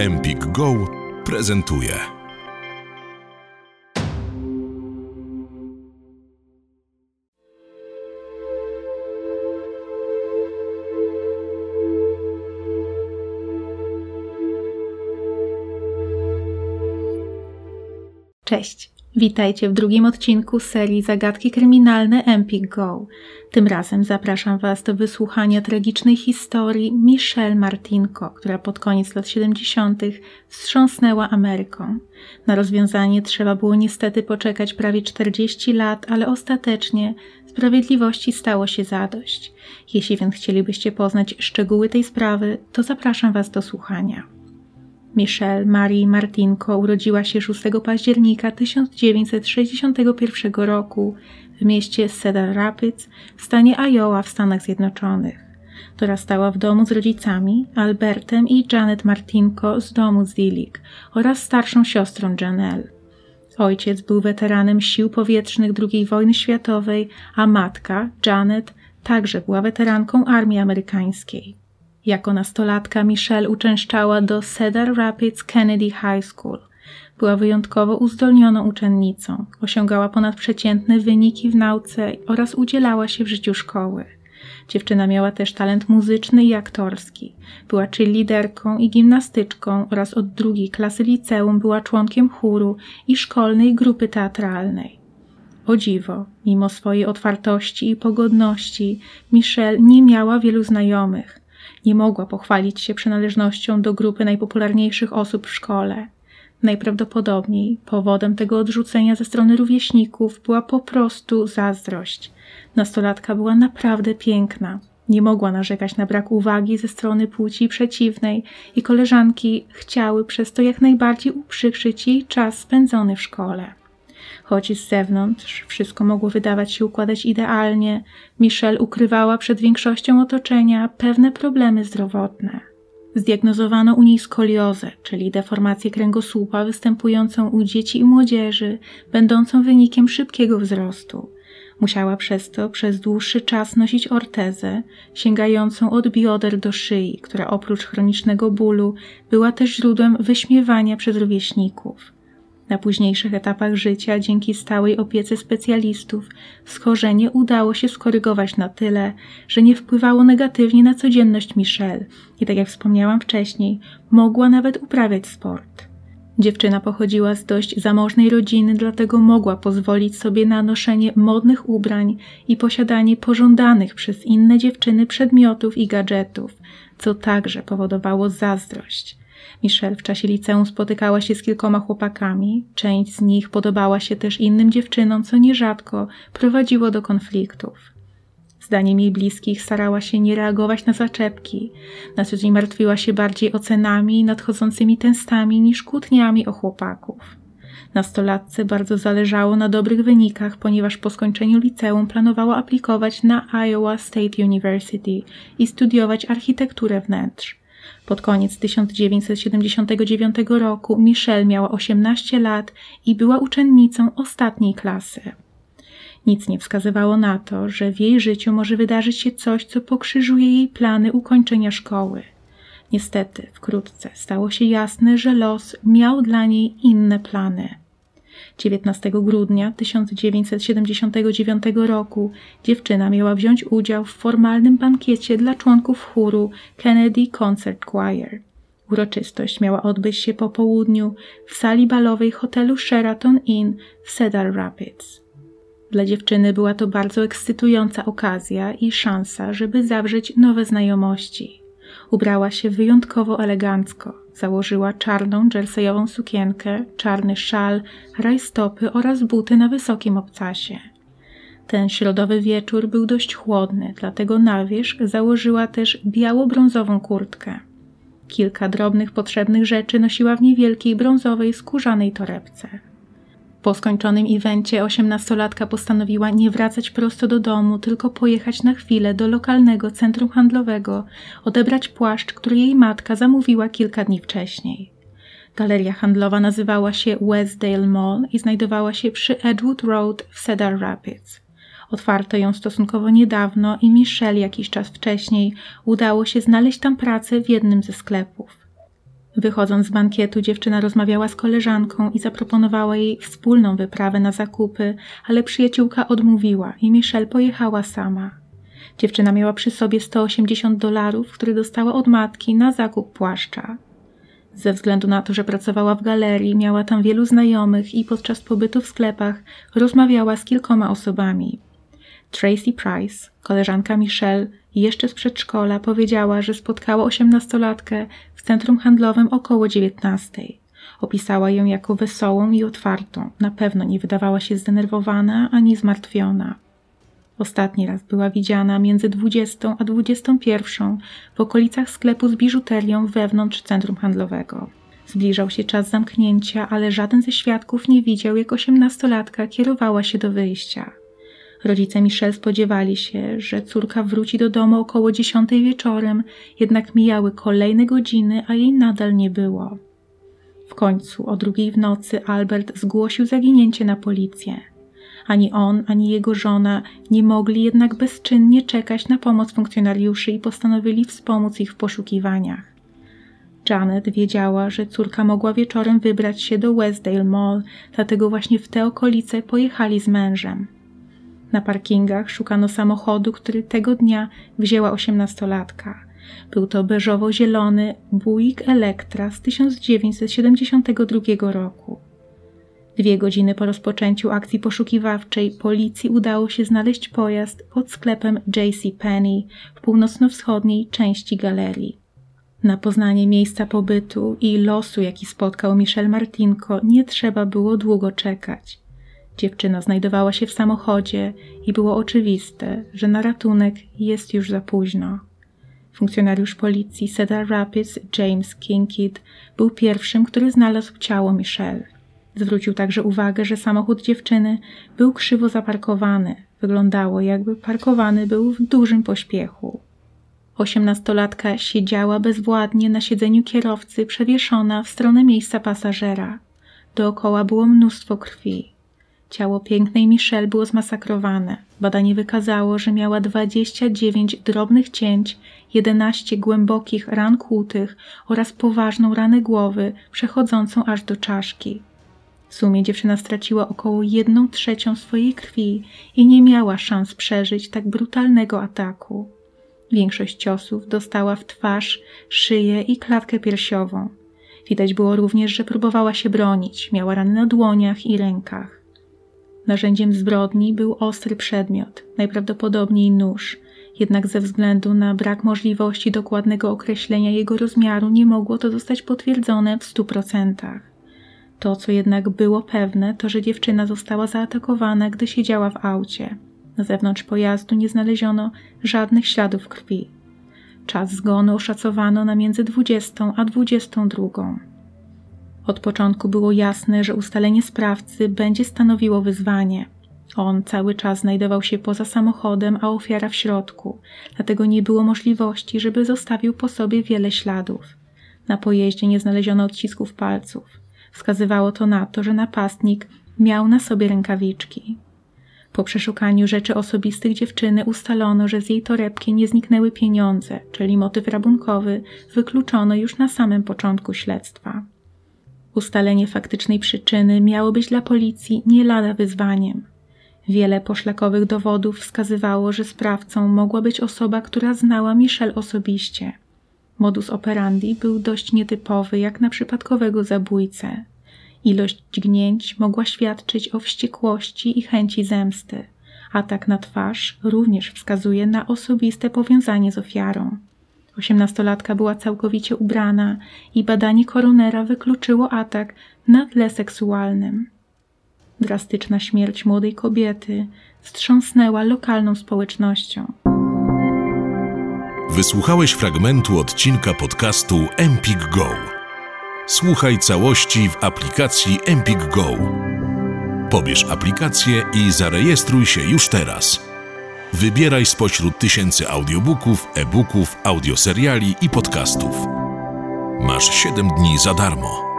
Empik Go prezentuje. Cześć, witajcie w drugim odcinku serii Zagadki kryminalne Empik Go. Tym razem zapraszam Was do wysłuchania tragicznej historii Michelle Martinko, która pod koniec lat 70. wstrząsnęła Ameryką. Na rozwiązanie trzeba było niestety poczekać prawie 40 lat, ale ostatecznie sprawiedliwości stało się zadość. Jeśli więc chcielibyście poznać szczegóły tej sprawy, to zapraszam Was do słuchania. Michelle Marie Martinko urodziła się 6 października 1961 roku w mieście Cedar Rapids w stanie Iowa w Stanach Zjednoczonych. Dorastała w domu z rodzicami Albertem i Janet Martinko z domu z Dilley oraz starszą siostrą Janelle. Ojciec był weteranem sił powietrznych II wojny światowej, a matka, Janet, także była weteranką armii amerykańskiej. Jako nastolatka Michelle uczęszczała do Cedar Rapids Kennedy High School. Była wyjątkowo uzdolnioną uczennicą, osiągała ponadprzeciętne wyniki w nauce oraz udzielała się w życiu szkoły. Dziewczyna miała też talent muzyczny i aktorski. Była cheerleaderką i gimnastyczką oraz od drugiej klasy liceum była członkiem chóru i szkolnej grupy teatralnej. O dziwo, mimo swojej otwartości i pogodności, Michelle nie miała wielu znajomych. Nie mogła pochwalić się przynależnością do grupy najpopularniejszych osób w szkole. Najprawdopodobniej powodem tego odrzucenia ze strony rówieśników była po prostu zazdrość. Nastolatka była naprawdę piękna. Nie mogła narzekać na brak uwagi ze strony płci przeciwnej i koleżanki chciały przez to jak najbardziej uprzykrzyć jej czas spędzony w szkole. Choć z zewnątrz wszystko mogło wydawać się układać idealnie, Michelle ukrywała przed większością otoczenia pewne problemy zdrowotne. Zdiagnozowano u niej skoliozę, czyli deformację kręgosłupa występującą u dzieci i młodzieży, będącą wynikiem szybkiego wzrostu. Musiała przez to przez dłuższy czas nosić ortezę, sięgającą od bioder do szyi, która oprócz chronicznego bólu była też źródłem wyśmiewania przez rówieśników. Na późniejszych etapach życia, dzięki stałej opiece specjalistów, schorzenie udało się skorygować na tyle, że nie wpływało negatywnie na codzienność Michelle i, tak jak wspomniałam wcześniej, mogła nawet uprawiać sport. Dziewczyna pochodziła z dość zamożnej rodziny, dlatego mogła pozwolić sobie na noszenie modnych ubrań i posiadanie pożądanych przez inne dziewczyny przedmiotów i gadżetów, co także powodowało zazdrość. Michelle w czasie liceum spotykała się z kilkoma chłopakami, część z nich podobała się też innym dziewczynom, co nierzadko prowadziło do konfliktów. Zdaniem jej bliskich starała się nie reagować na zaczepki, na co dzień martwiła się bardziej ocenami i nadchodzącymi testami niż kłótniami o chłopaków. Nastolatce bardzo zależało na dobrych wynikach, ponieważ po skończeniu liceum planowała aplikować na Iowa State University i studiować architekturę wnętrz. Pod koniec 1979 roku Michelle miała 18 lat i była uczennicą ostatniej klasy. Nic nie wskazywało na to, że w jej życiu może wydarzyć się coś, co pokrzyżuje jej plany ukończenia szkoły. Niestety, wkrótce stało się jasne, że los miał dla niej inne plany. 19 grudnia 1979 roku dziewczyna miała wziąć udział w formalnym bankiecie dla członków chóru Kennedy Concert Choir. Uroczystość miała odbyć się po południu w sali balowej hotelu Sheraton Inn w Cedar Rapids. Dla dziewczyny była to bardzo ekscytująca okazja i szansa, żeby zawrzeć nowe znajomości. Ubrała się wyjątkowo elegancko. Założyła czarną jerseyową sukienkę, czarny szal, rajstopy oraz buty na wysokim obcasie. Ten środowy wieczór był dość chłodny, dlatego na wierzch założyła też biało-brązową kurtkę. Kilka drobnych potrzebnych rzeczy nosiła w niewielkiej brązowej skórzanej torebce. Po skończonym evencie 18-latka postanowiła nie wracać prosto do domu, tylko pojechać na chwilę do lokalnego centrum handlowego, odebrać płaszcz, który jej matka zamówiła kilka dni wcześniej. Galeria handlowa nazywała się Westdale Mall i znajdowała się przy Edgewood Road w Cedar Rapids. Otwarto ją stosunkowo niedawno i Michelle jakiś czas wcześniej udało się znaleźć tam pracę w jednym ze sklepów. Wychodząc z bankietu, dziewczyna rozmawiała z koleżanką i zaproponowała jej wspólną wyprawę na zakupy, ale przyjaciółka odmówiła i Michelle pojechała sama. Dziewczyna miała przy sobie $180, które dostała od matki na zakup płaszcza. Ze względu na to, że pracowała w galerii, miała tam wielu znajomych i podczas pobytu w sklepach rozmawiała z kilkoma osobami. Tracy Price, koleżanka Michelle, jeszcze z przedszkola powiedziała, że spotkała 18-latkę w centrum handlowym około 19. Opisała ją jako wesołą i otwartą. Na pewno nie wydawała się zdenerwowana ani zmartwiona. Ostatni raz była widziana między 20 a 21 w okolicach sklepu z biżuterią wewnątrz centrum handlowego. Zbliżał się czas zamknięcia, ale żaden ze świadków nie widział, jak 18-latka kierowała się do wyjścia. Rodzice Michelle spodziewali się, że córka wróci do domu około 10 wieczorem, jednak mijały kolejne godziny, a jej nadal nie było. W końcu o 2 w nocy Albert zgłosił zaginięcie na policję. Ani on, ani jego żona nie mogli jednak bezczynnie czekać na pomoc funkcjonariuszy i postanowili wspomóc ich w poszukiwaniach. Janet wiedziała, że córka mogła wieczorem wybrać się do Westdale Mall, dlatego właśnie w te okolice pojechali z mężem. Na parkingach szukano samochodu, który tego dnia wzięła 18-latka. Był to beżowo-zielony Buick Electra z 1972 roku. 2 godziny po rozpoczęciu akcji poszukiwawczej policji udało się znaleźć pojazd pod sklepem JCPenney w północno-wschodniej części galerii. Na poznanie miejsca pobytu i losu, jaki spotkał Michelle Martinko, nie trzeba było długo czekać. Dziewczyna znajdowała się w samochodzie i było oczywiste, że na ratunek jest już za późno. Funkcjonariusz policji Cedar Rapids James Kincaid był pierwszym, który znalazł ciało Michelle. Zwrócił także uwagę, że samochód dziewczyny był krzywo zaparkowany. Wyglądało, jakby parkowany był w dużym pośpiechu. 18-latka siedziała bezwładnie na siedzeniu kierowcy, przewieszona w stronę miejsca pasażera. Dookoła było mnóstwo krwi. Ciało pięknej Michelle było zmasakrowane. Badanie wykazało, że miała 29 drobnych cięć, 11 głębokich ran kłutych oraz poważną ranę głowy przechodzącą aż do czaszki. W sumie dziewczyna straciła około 1/3 swojej krwi i nie miała szans przeżyć tak brutalnego ataku. Większość ciosów dostała w twarz, szyję i klatkę piersiową. Widać było również, że próbowała się bronić, miała rany na dłoniach i rękach. Narzędziem zbrodni był ostry przedmiot, najprawdopodobniej nóż, jednak ze względu na brak możliwości dokładnego określenia jego rozmiaru nie mogło to zostać potwierdzone w 100%. To, co jednak było pewne, to, że dziewczyna została zaatakowana, gdy siedziała w aucie. Na zewnątrz pojazdu nie znaleziono żadnych śladów krwi. Czas zgonu oszacowano na między 20 a 22. Od początku było jasne, że ustalenie sprawcy będzie stanowiło wyzwanie. On cały czas znajdował się poza samochodem, a ofiara w środku, dlatego nie było możliwości, żeby zostawił po sobie wiele śladów. Na pojeździe nie znaleziono odcisków palców. Wskazywało to na to, że napastnik miał na sobie rękawiczki. Po przeszukaniu rzeczy osobistych dziewczyny ustalono, że z jej torebki nie zniknęły pieniądze, czyli motyw rabunkowy wykluczono już na samym początku śledztwa. Ustalenie faktycznej przyczyny miało być dla policji nie lada wyzwaniem. Wiele poszlakowych dowodów wskazywało, że sprawcą mogła być osoba, która znała Michelle osobiście. Modus operandi był dość nietypowy, jak na przypadkowego zabójcę. Ilość dźgnięć mogła świadczyć o wściekłości i chęci zemsty. Atak na twarz również wskazuje na osobiste powiązanie z ofiarą. 18-latka była całkowicie ubrana i badanie koronera wykluczyło atak na tle seksualnym. Drastyczna śmierć młodej kobiety wstrząsnęła lokalną społecznością. Wysłuchałeś fragmentu odcinka podcastu Empik Go. Słuchaj całości w aplikacji Empik Go. Pobierz aplikację i zarejestruj się już teraz. Wybieraj spośród tysięcy audiobooków, e-booków, audioseriali i podcastów. Masz 7 dni za darmo.